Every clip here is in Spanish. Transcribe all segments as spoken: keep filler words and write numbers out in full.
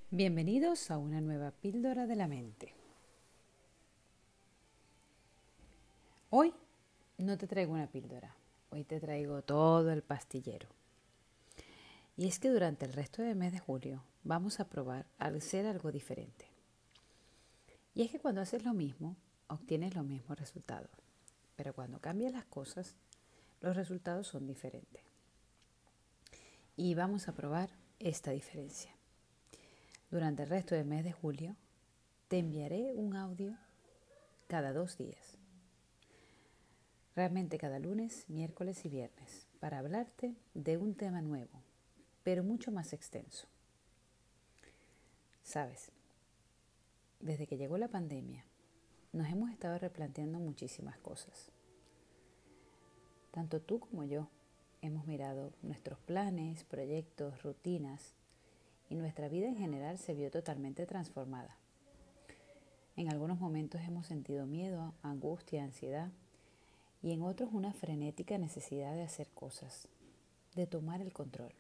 Bienvenidos a una nueva píldora de la mente. Hoy no te traigo una píldora, hoy te traigo todo el pastillero. Y es que durante el resto del mes de julio vamos a probar a hacer algo diferente. Y es que cuando haces lo mismo, obtienes los mismos resultados. Pero cuando cambias las cosas, los resultados son diferentes. Y vamos a probar esta diferencia. Durante el resto del mes de julio, te enviaré un audio cada dos días. Realmente cada lunes, miércoles y viernes, para hablarte de un tema nuevo, pero mucho más extenso. Sabes, desde que llegó la pandemia, nos hemos estado replanteando muchísimas cosas. Tanto tú como yo hemos mirado nuestros planes, proyectos, rutinas, y nuestra vida en general se vio totalmente transformada. En algunos momentos hemos sentido miedo, angustia, ansiedad, y en otros una frenética necesidad de hacer cosas, de tomar el control.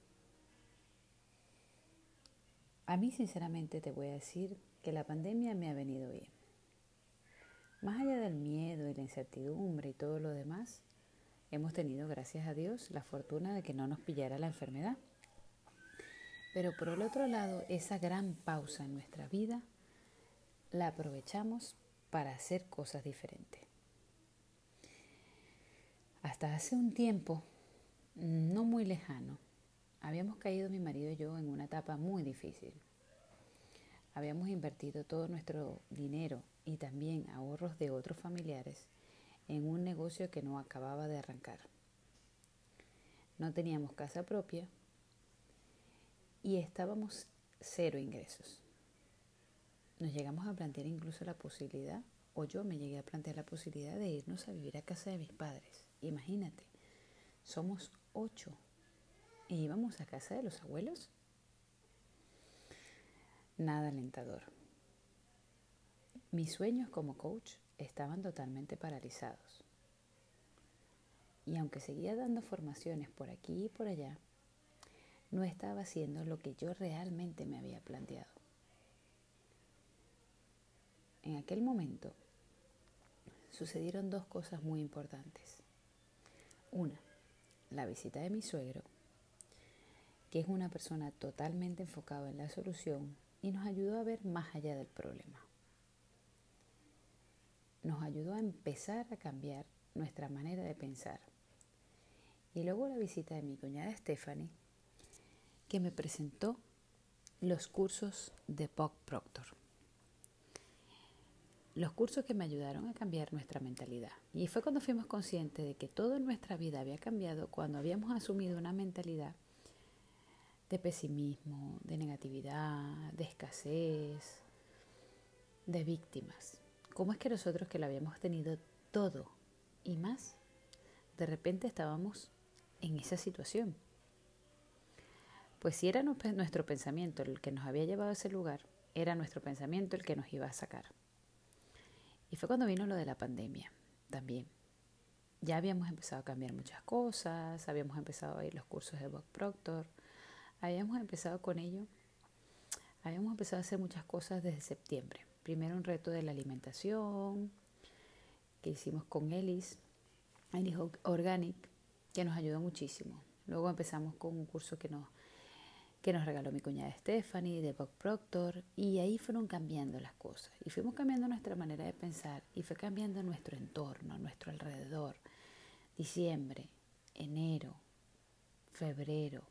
A mí sinceramente te voy a decir que la pandemia me ha venido bien. Más allá del miedo y la incertidumbre y todo lo demás, hemos tenido, gracias a Dios, la fortuna de que no nos pillara la enfermedad. Pero por el otro lado, esa gran pausa en nuestra vida la aprovechamos para hacer cosas diferentes. Hasta hace un tiempo, no muy lejano, habíamos caído mi marido y yo en una etapa muy difícil. Habíamos invertido todo nuestro dinero y también ahorros de otros familiares en un negocio que no acababa de arrancar. No teníamos casa propia y estábamos cero ingresos. Nos llegamos a plantear incluso la posibilidad, o yo me llegué a plantear la posibilidad de irnos a vivir a casa de mis padres. Imagínate, somos ocho y íbamos a casa de los abuelos. Nada alentador. Mis sueños como coach estaban totalmente paralizados. Y aunque seguía dando formaciones por aquí y por allá, no estaba haciendo lo que yo realmente me había planteado. En aquel momento sucedieron dos cosas muy importantes. Una, la visita de mi suegro, que es una persona totalmente enfocada en la solución y nos ayudó a ver más allá del problema. Nos ayudó a empezar a cambiar nuestra manera de pensar. Y luego la visita de mi cuñada Stephanie, que me presentó los cursos de Bob Proctor. Los cursos que me ayudaron a cambiar nuestra mentalidad. Y fue cuando fuimos conscientes de que toda nuestra vida había cambiado cuando habíamos asumido una mentalidad de pesimismo, de negatividad, de escasez, de víctimas. ¿Cómo es que nosotros, que lo habíamos tenido todo y más, de repente estábamos en esa situación? Pues si era nuestro pensamiento el que nos había llevado a ese lugar, era nuestro pensamiento el que nos iba a sacar. Y fue cuando vino lo de la pandemia también. Ya habíamos empezado a cambiar muchas cosas, habíamos empezado a ir los cursos de Bob Proctor, habíamos empezado con ello, habíamos empezado a hacer muchas cosas desde septiembre. Primero un reto de la alimentación que hicimos con Elis, Elis Organic, que nos ayudó muchísimo. Luego empezamos con un curso que nos, que nos regaló mi cuñada Stephanie, de Bob Proctor, y ahí fueron cambiando las cosas. Y fuimos cambiando nuestra manera de pensar y fue cambiando nuestro entorno, nuestro alrededor. Diciembre, enero, febrero,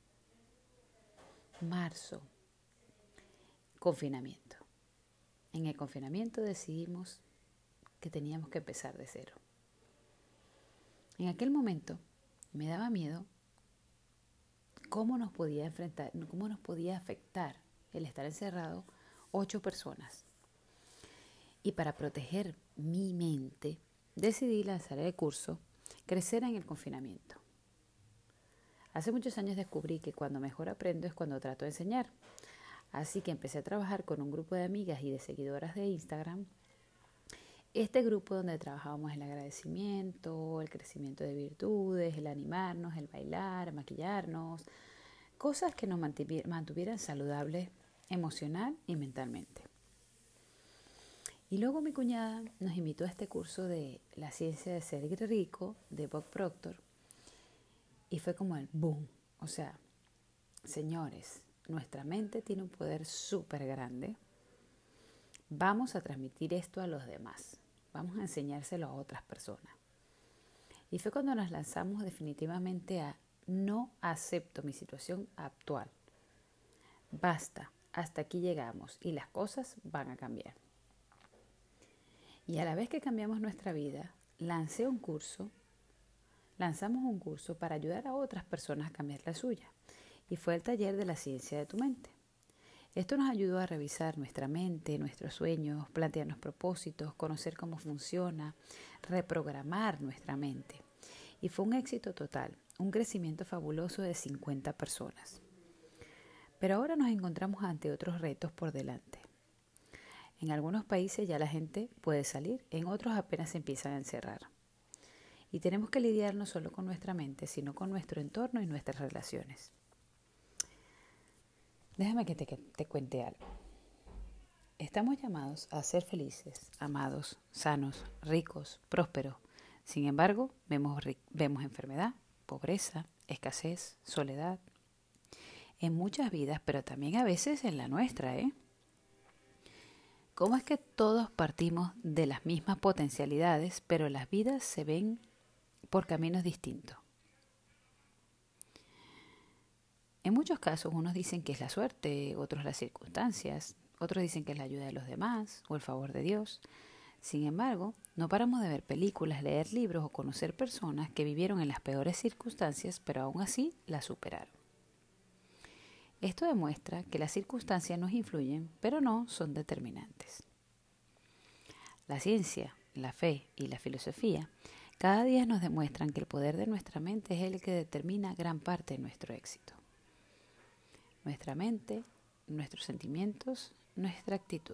marzo, confinamiento. En el confinamiento decidimos que teníamos que empezar de cero. En aquel momento me daba miedo cómo nos podía enfrentar, cómo nos podía afectar el estar encerrado ocho personas. Y para proteger mi mente, decidí lanzar el curso Crecer en el Confinamiento. Hace muchos años descubrí que cuando mejor aprendo es cuando trato de enseñar. Así que empecé a trabajar con un grupo de amigas y de seguidoras de Instagram. Este grupo donde trabajábamos el agradecimiento, el crecimiento de virtudes, el animarnos, el bailar, maquillarnos, cosas que nos mantuvieran saludables emocional y mentalmente. Y luego mi cuñada nos invitó a este curso de La ciencia de ser rico de Bob Proctor y fue como el boom. O sea, señores, nuestra mente tiene un poder súper grande. Vamos a transmitir esto a los demás. Vamos a enseñárselo a otras personas. Y fue cuando nos lanzamos definitivamente a no acepto mi situación actual. Basta, hasta aquí llegamos y las cosas van a cambiar. Y a la vez que cambiamos nuestra vida, lancé un curso, lanzamos un curso para ayudar a otras personas a cambiar la suya. Y fue el taller de la ciencia de tu mente. Esto nos ayudó a revisar nuestra mente, nuestros sueños, plantearnos propósitos, conocer cómo funciona, reprogramar nuestra mente. Y fue un éxito total, un crecimiento fabuloso de cincuenta personas. Pero ahora nos encontramos ante otros retos por delante. En algunos países ya la gente puede salir, en otros apenas se empiezan a encerrar. Y tenemos que lidiar no solo con nuestra mente, sino con nuestro entorno y nuestras relaciones. Déjame que te, que te cuente algo. Estamos llamados a ser felices, amados, sanos, ricos, prósperos. Sin embargo, vemos, vemos enfermedad, pobreza, escasez, soledad. En muchas vidas, pero también a veces en la nuestra, ¿eh? ¿Cómo es que todos partimos de las mismas potencialidades, pero las vidas se ven por caminos distintos? En muchos casos, unos dicen que es la suerte, otros las circunstancias, otros dicen que es la ayuda de los demás o el favor de Dios. Sin embargo, no paramos de ver películas, leer libros o conocer personas que vivieron en las peores circunstancias, pero aún así las superaron. Esto demuestra que las circunstancias nos influyen, pero no son determinantes. La ciencia, la fe y la filosofía cada día nos demuestran que el poder de nuestra mente es el que determina gran parte de nuestro éxito. Nuestra mente, nuestros sentimientos, nuestra actitud.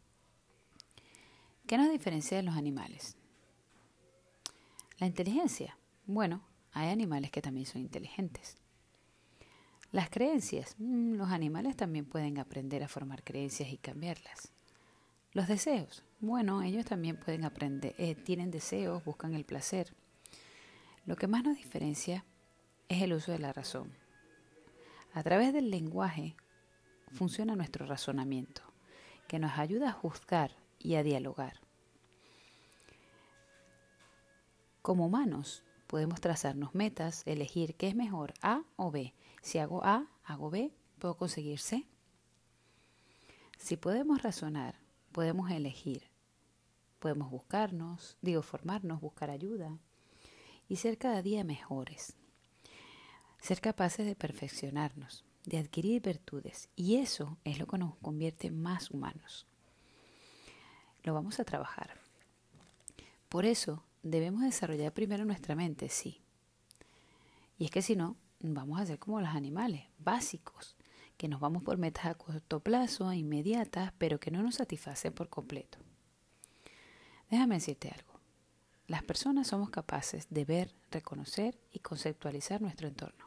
¿Qué nos diferencia de los animales? La inteligencia. Bueno, hay animales que también son inteligentes. Las creencias. Los animales también pueden aprender a formar creencias y cambiarlas. Los deseos. Bueno, ellos también pueden aprender, eh, tienen deseos, buscan el placer. Lo que más nos diferencia es el uso de la razón. A través del lenguaje funciona nuestro razonamiento, que nos ayuda a juzgar y a dialogar. Como humanos, podemos trazarnos metas, elegir qué es mejor, A o B. Si hago A, hago B, ¿puedo conseguir C? Si podemos razonar, podemos elegir, podemos buscarnos, digo formarnos, buscar ayuda y ser cada día mejores. Ser capaces de perfeccionarnos, de adquirir virtudes, y eso es lo que nos convierte más humanos. Lo vamos a trabajar. Por eso debemos desarrollar primero nuestra mente, sí. Y es que si no, vamos a ser como los animales, básicos, que nos vamos por metas a corto plazo, inmediatas, pero que no nos satisfacen por completo. Déjame decirte algo. Las personas somos capaces de ver, reconocer y conceptualizar nuestro entorno.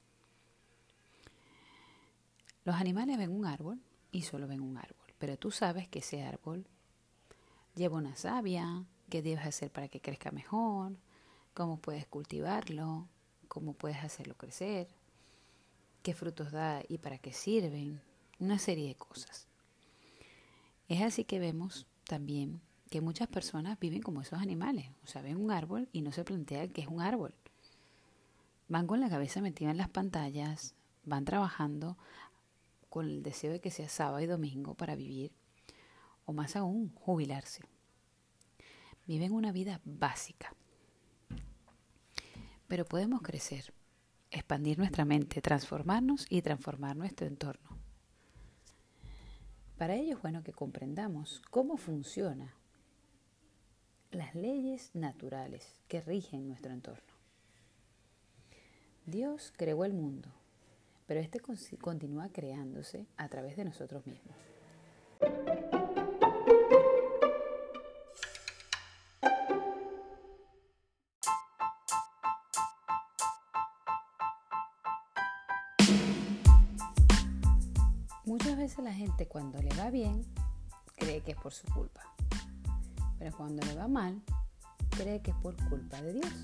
Los animales ven un árbol y solo ven un árbol, pero tú sabes que ese árbol lleva una savia, qué debes hacer para que crezca mejor, cómo puedes cultivarlo, cómo puedes hacerlo crecer, qué frutos da y para qué sirven, una serie de cosas. Es así que vemos también que muchas personas viven como esos animales, o sea, ven un árbol y no se plantean qué es un árbol. Van con la cabeza metida en las pantallas, van trabajando con el deseo de que sea sábado y domingo para vivir, o más aún, jubilarse. Viven una vida básica. Pero podemos crecer, expandir nuestra mente, transformarnos y transformar nuestro entorno. Para ello es bueno que comprendamos cómo funcionan las leyes naturales que rigen nuestro entorno. Dios creó el mundo, pero este continúa creándose a través de nosotros mismos. Muchas veces veces la gente cuando le va bien cree que es por su culpa, pero cuando le va mal cree que es por culpa de Dios.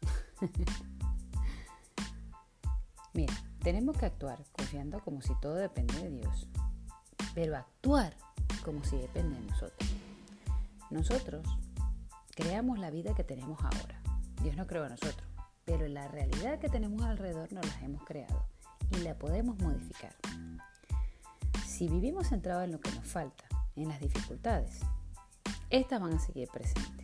Mira, tenemos que actuar confiando como si todo depende de Dios, pero actuar como si depende de nosotros. Nosotros creamos la vida que tenemos ahora. Dios no creó a nosotros, pero la realidad que tenemos alrededor nos la hemos creado y la podemos modificar. Si vivimos centrados en lo que nos falta, en las dificultades, estas van a seguir presentes.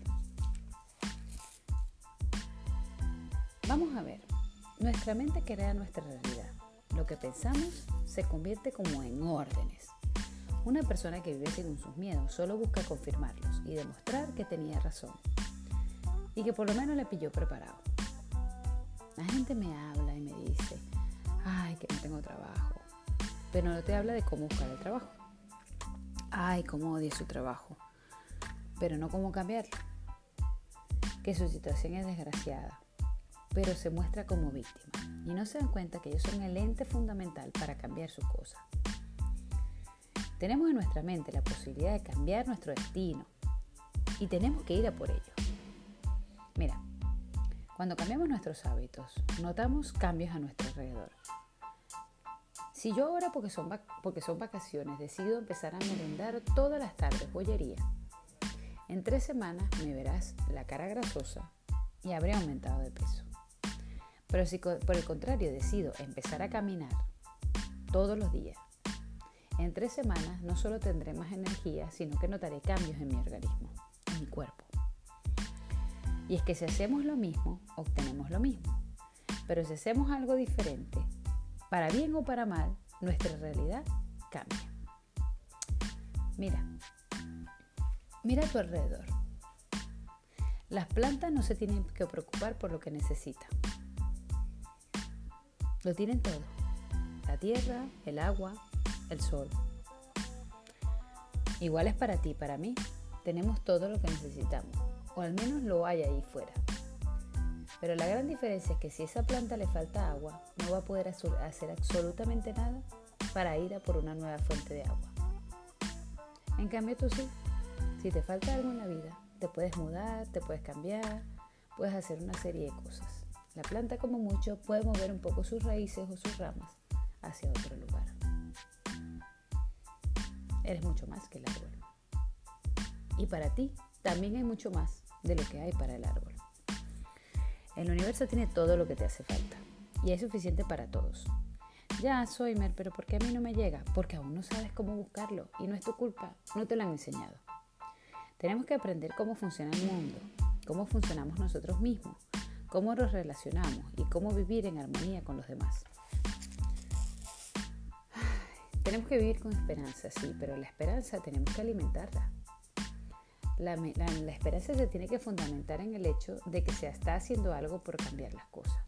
Vamos a ver, nuestra mente crea nuestra realidad. Lo que pensamos se convierte como en órdenes. Una persona que vive según sus miedos solo busca confirmarlos y demostrar que tenía razón y que por lo menos le pilló preparado. La gente me habla y me dice, ay, que no tengo trabajo, pero no te habla de cómo buscar el trabajo. Ay, cómo odia su trabajo, pero no cómo cambiarlo. Que su situación es desgraciada, pero se muestra como víctima y no se dan cuenta que ellos son el ente fundamental para cambiar sus cosas. Tenemos en nuestra mente la posibilidad de cambiar nuestro destino y tenemos que ir a por ello. Mira, cuando cambiamos nuestros hábitos, notamos cambios a nuestro alrededor. Si yo ahora, porque son, vac- porque son vacaciones, decido empezar a merendar todas las tardes bollería, en tres semanas me verás la cara grasosa y habré aumentado de peso. Pero si por el contrario decido empezar a caminar todos los días, en tres semanas no solo tendré más energía, sino que notaré cambios en mi organismo, en mi cuerpo. Y es que si hacemos lo mismo, obtenemos lo mismo. Pero si hacemos algo diferente, para bien o para mal, nuestra realidad cambia. Mira, mira a tu alrededor. Las plantas no se tienen que preocupar por lo que necesitan. Lo tienen todo. La tierra, el agua, el sol. Igual es para ti, para mí. Tenemos todo lo que necesitamos, o al menos lo hay ahí fuera. Pero la gran diferencia es que si a esa planta le falta agua, no va a poder hacer absolutamente nada para ir a por una nueva fuente de agua. En cambio tú sí. Si te falta algo en la vida, te puedes mudar, te puedes cambiar, puedes hacer una serie de cosas. La planta como mucho puede mover un poco sus raíces o sus ramas hacia otro lugar. Eres mucho más que el árbol. Y para ti también hay mucho más de lo que hay para el árbol. El universo tiene todo lo que te hace falta y es suficiente para todos. Ya, Soymer, pero ¿por qué a mí no me llega? Porque aún no sabes cómo buscarlo y no es tu culpa, no te lo han enseñado. Tenemos que aprender cómo funciona el mundo, cómo funcionamos nosotros mismos, cómo nos relacionamos y cómo vivir en armonía con los demás. Tenemos que vivir con esperanza, sí, pero la esperanza tenemos que alimentarla. La, la, la esperanza se tiene que fundamentar en el hecho de que se está haciendo algo por cambiar las cosas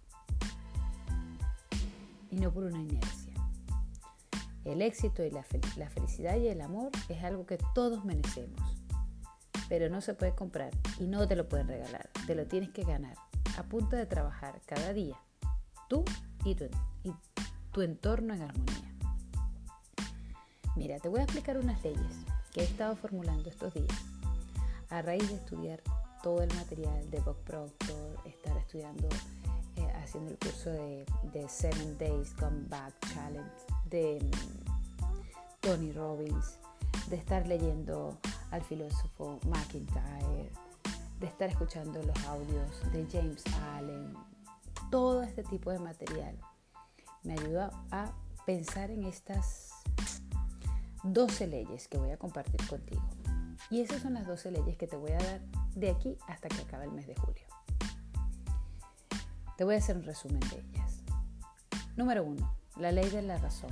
y no por una inercia. El éxito y la, fel- la felicidad y el amor es algo que todos merecemos, pero no se puede comprar y no te lo pueden regalar, te lo tienes que ganar a punto de trabajar cada día, tú y tu, y tu entorno en armonía. Mira, te voy a explicar unas leyes que he estado formulando estos días a raíz de estudiar todo el material de Bob Proctor, estar estudiando, eh, haciendo el curso de, de Seven Days Come Back Challenge de um, Tony Robbins, de estar leyendo al filósofo McIntyre, de estar escuchando los audios de James Allen. Todo este tipo de material me ayuda a pensar en estas doce leyes que voy a compartir contigo. Y esas son las doce leyes que te voy a dar de aquí hasta que acabe el mes de julio. Te voy a hacer un resumen de ellas. Número uno, la ley de la razón.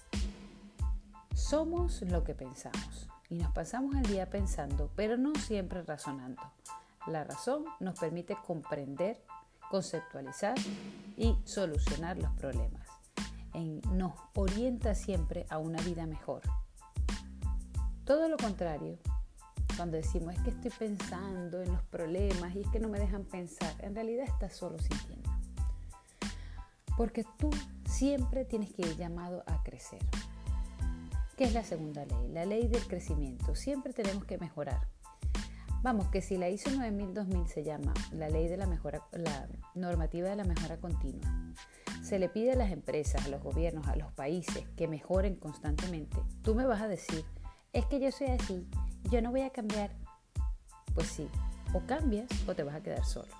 Somos lo que pensamos y nos pasamos el día pensando, pero no siempre razonando. La razón nos permite comprender, conceptualizar y solucionar los problemas. En, nos orienta siempre a una vida mejor. Todo lo contrario, cuando decimos es que estoy pensando en los problemas y es que no me dejan pensar, en realidad estás solo sintiendo. Porque tú siempre tienes que ir llamado a crecer. ¿Qué es la segunda ley? La ley del crecimiento. Siempre tenemos que mejorar. Vamos, que si la I S O nueve mil dos mil se llama la ley de la mejora, la normativa de la mejora continua, se le pide a las empresas, a los gobiernos, a los países que mejoren constantemente. Tú me vas a decir, es que yo soy así, yo no voy a cambiar. Pues sí, o cambias o te vas a quedar solo.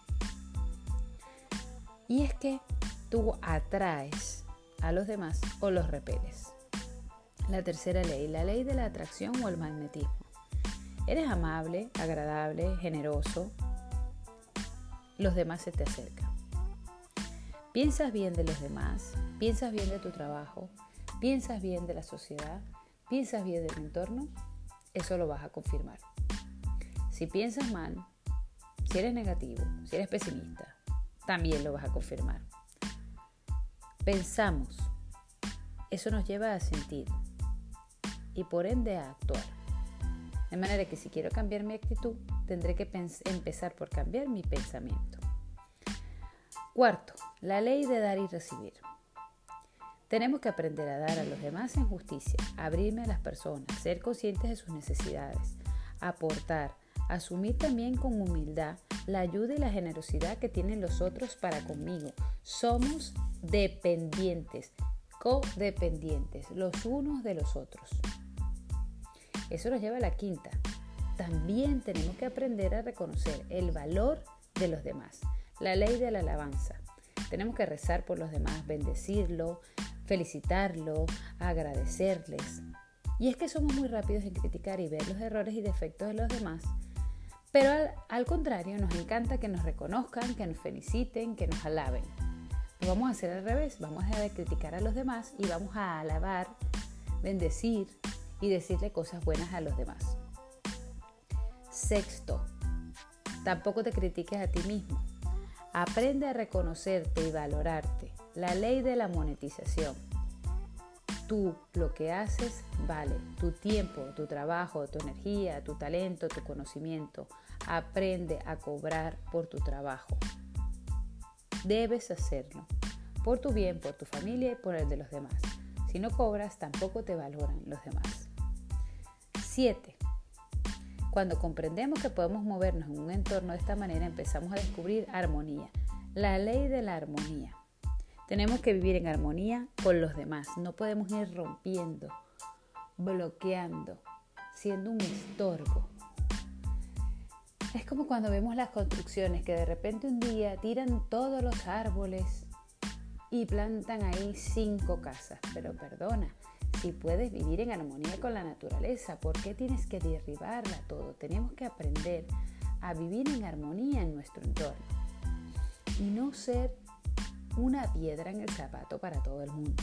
Y es que tú atraes a los demás o los repeles. La tercera ley, la ley de la atracción o el magnetismo. Eres amable, agradable, generoso, los demás se te acercan. Piensas bien de los demás, piensas bien de tu trabajo, piensas bien de la sociedad, piensas bien del entorno, eso lo vas a confirmar. Si piensas mal, si eres negativo, si eres pesimista, también lo vas a confirmar. Pensamos, eso nos lleva a sentir y por ende a actuar. De manera que si quiero cambiar mi actitud, tendré que pens- empezar por cambiar mi pensamiento. Cuarto, la ley de dar y recibir. Tenemos que aprender a dar a los demás en justicia, abrirme a las personas, ser conscientes de sus necesidades, aportar, asumir también con humildad la ayuda y la generosidad que tienen los otros para conmigo. Somos dependientes, codependientes, los unos de los otros. Eso nos lleva a la quinta. También tenemos que aprender a reconocer el valor de los demás. La ley de la alabanza. Tenemos que rezar por los demás, bendecirlo, felicitarlo, agradecerles. Y es que somos muy rápidos en criticar y ver los errores y defectos de los demás. Pero al, al contrario, nos encanta que nos reconozcan, que nos feliciten, que nos alaben. Lo vamos a hacer al revés. Vamos a dejar de criticar a los demás y vamos a alabar, bendecir y decirle cosas buenas a los demás. Sexto, tampoco te critiques a ti mismo. Aprende a reconocerte y valorarte. La ley de la monetización. Tú lo que haces vale. Tu tiempo, tu trabajo, tu energía, tu talento, tu conocimiento. Aprende a cobrar por tu trabajo. Debes hacerlo. Por tu bien, por tu familia y por el de los demás. Si no cobras, tampoco te valoran los demás. siete. Cuando comprendemos que podemos movernos en un entorno de esta manera, empezamos a descubrir armonía. La ley de la armonía. Tenemos que vivir en armonía con los demás. No podemos ir rompiendo, bloqueando, siendo un estorbo. Es como cuando vemos las construcciones que de repente un día tiran todos los árboles y plantan ahí cinco casas. Pero perdona, si puedes vivir en armonía con la naturaleza, ¿por qué tienes que derribarla todo? Tenemos que aprender a vivir en armonía en nuestro entorno y no ser una piedra en el zapato para todo el mundo.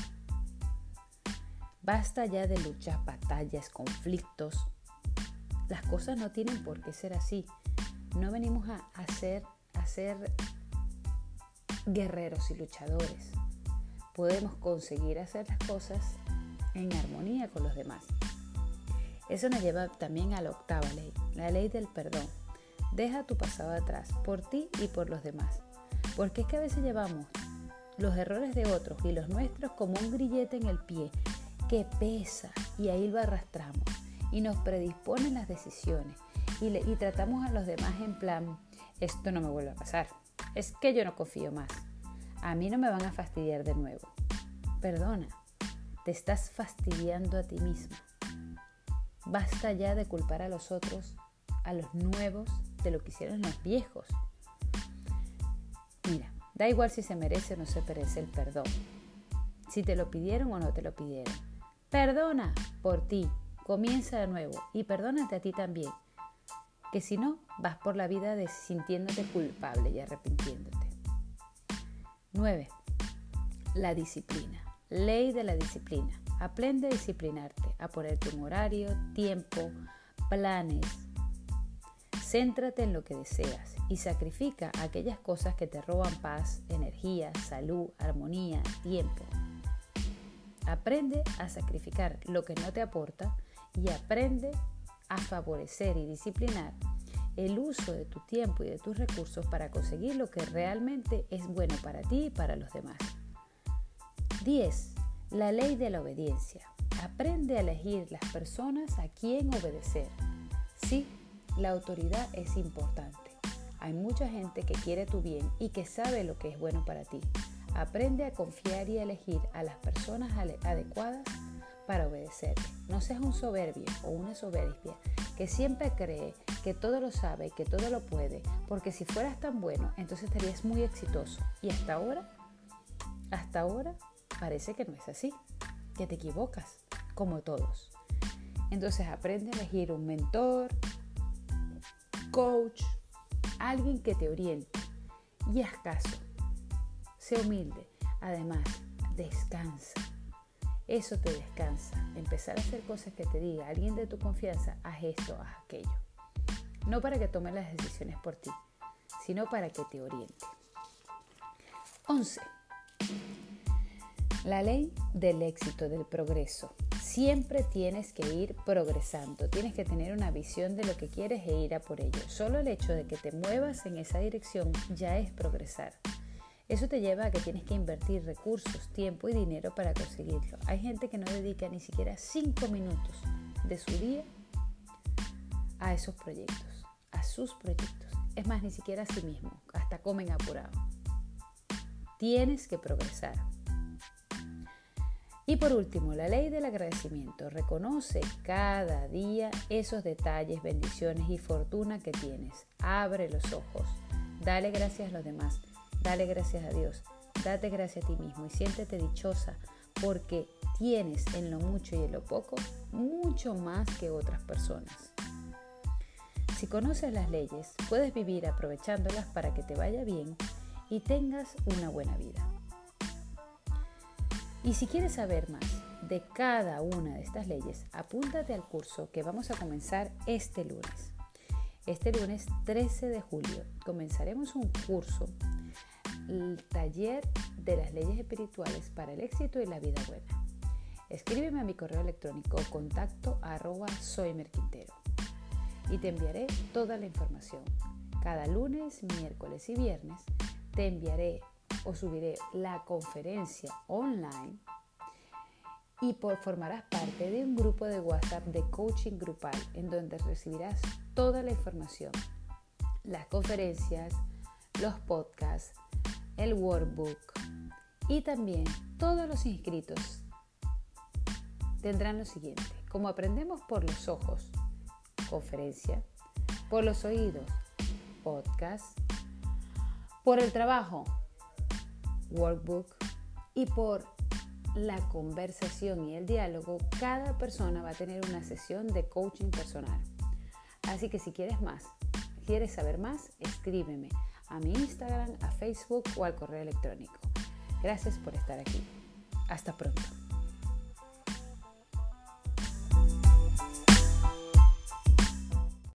Basta ya de luchas, batallas, conflictos. Las cosas no tienen por qué ser así. No venimos a, a, ser, a ser guerreros y luchadores. Podemos conseguir hacer las cosas en armonía con los demás. Eso nos lleva también a la octava ley, la ley del perdón. Deja tu pasado atrás, por ti y por los demás. Porque es que a veces llevamos los errores de otros y los nuestros como un grillete en el pie que pesa y ahí lo arrastramos y nos predisponen las decisiones y, le, y tratamos a los demás en plan, esto no me vuelve a pasar, es que yo no confío más, a mí no me van a fastidiar de nuevo. Perdona, te estás fastidiando a ti misma. Basta ya de culpar a los otros, a los nuevos, de lo que hicieron los viejos. Mira, da igual si se merece o no se merece el perdón, si te lo pidieron o no te lo pidieron. Perdona por ti, comienza de nuevo y perdónate a ti también, que si no vas por la vida de, sintiéndote culpable y arrepintiéndote. nueve. La disciplina. Ley de la disciplina. Aprende a disciplinarte, a ponerte un horario, tiempo, planes. Céntrate en lo que deseas y sacrifica aquellas cosas que te roban paz, energía, salud, armonía, tiempo. Aprende a sacrificar lo que no te aporta y aprende a favorecer y disciplinar el uso de tu tiempo y de tus recursos para conseguir lo que realmente es bueno para ti y para los demás. diez. La ley de la obediencia. Aprende a elegir las personas a quien obedecer. Sí, la autoridad es importante. Hay mucha gente que quiere tu bien y que sabe lo que es bueno para ti. Aprende a confiar y a elegir a las personas adecuadas para obedecer. No seas un soberbio o una soberbia que siempre cree que todo lo sabe, que todo lo puede, porque si fueras tan bueno, entonces serías muy exitoso. Y hasta ahora, hasta ahora parece que no es así, que te equivocas, como todos. Entonces aprende a elegir un mentor, coach, alguien que te oriente y haz caso. Sé humilde. Además, descansa. Eso te descansa. Empezar a hacer cosas que te diga alguien de tu confianza, haz esto, haz aquello. No para que tome las decisiones por ti, sino para que te oriente. once. La ley del éxito, del progreso. Siempre tienes que ir progresando. Tienes que tener una visión de lo que quieres e ir a por ello. Solo el hecho de que te muevas en esa dirección ya es progresar. Eso te lleva a que tienes que invertir recursos, tiempo y dinero para conseguirlo. Hay gente que no dedica ni siquiera cinco minutos de su día a esos proyectos, a sus proyectos. Es más, ni siquiera a sí mismo, hasta comen apurado. Tienes que progresar. Y por último, la ley del agradecimiento. Reconoce cada día esos detalles, bendiciones y fortuna que tienes. Abre los ojos. Dale gracias a los demás. Dale gracias a Dios. Date gracias a ti mismo y siéntete dichosa porque tienes en lo mucho y en lo poco mucho más que otras personas. Si conoces las leyes, puedes vivir aprovechándolas para que te vaya bien y tengas una buena vida. Y si quieres saber más de cada una de estas leyes, apúntate al curso que vamos a comenzar este lunes. Este lunes trece de julio comenzaremos un curso, el taller de las leyes espirituales para el éxito y la vida buena. Escríbeme a mi correo electrónico contacto arroba soymerquintero y te enviaré toda la información. Cada lunes, miércoles y viernes te enviaré o subiré la conferencia online y por, formarás parte de un grupo de WhatsApp de coaching grupal en donde recibirás toda la información, las conferencias, los podcasts, el workbook y también todos los inscritos tendrán lo siguiente: como aprendemos por los ojos, conferencia, por los oídos, podcast, por el trabajo, workbook y por la conversación y el diálogo, cada persona va a tener una sesión de coaching personal. Así que si quieres más, quieres saber más, escríbeme a mi Instagram, a Facebook o al correo electrónico. Gracias por estar aquí. Hasta pronto.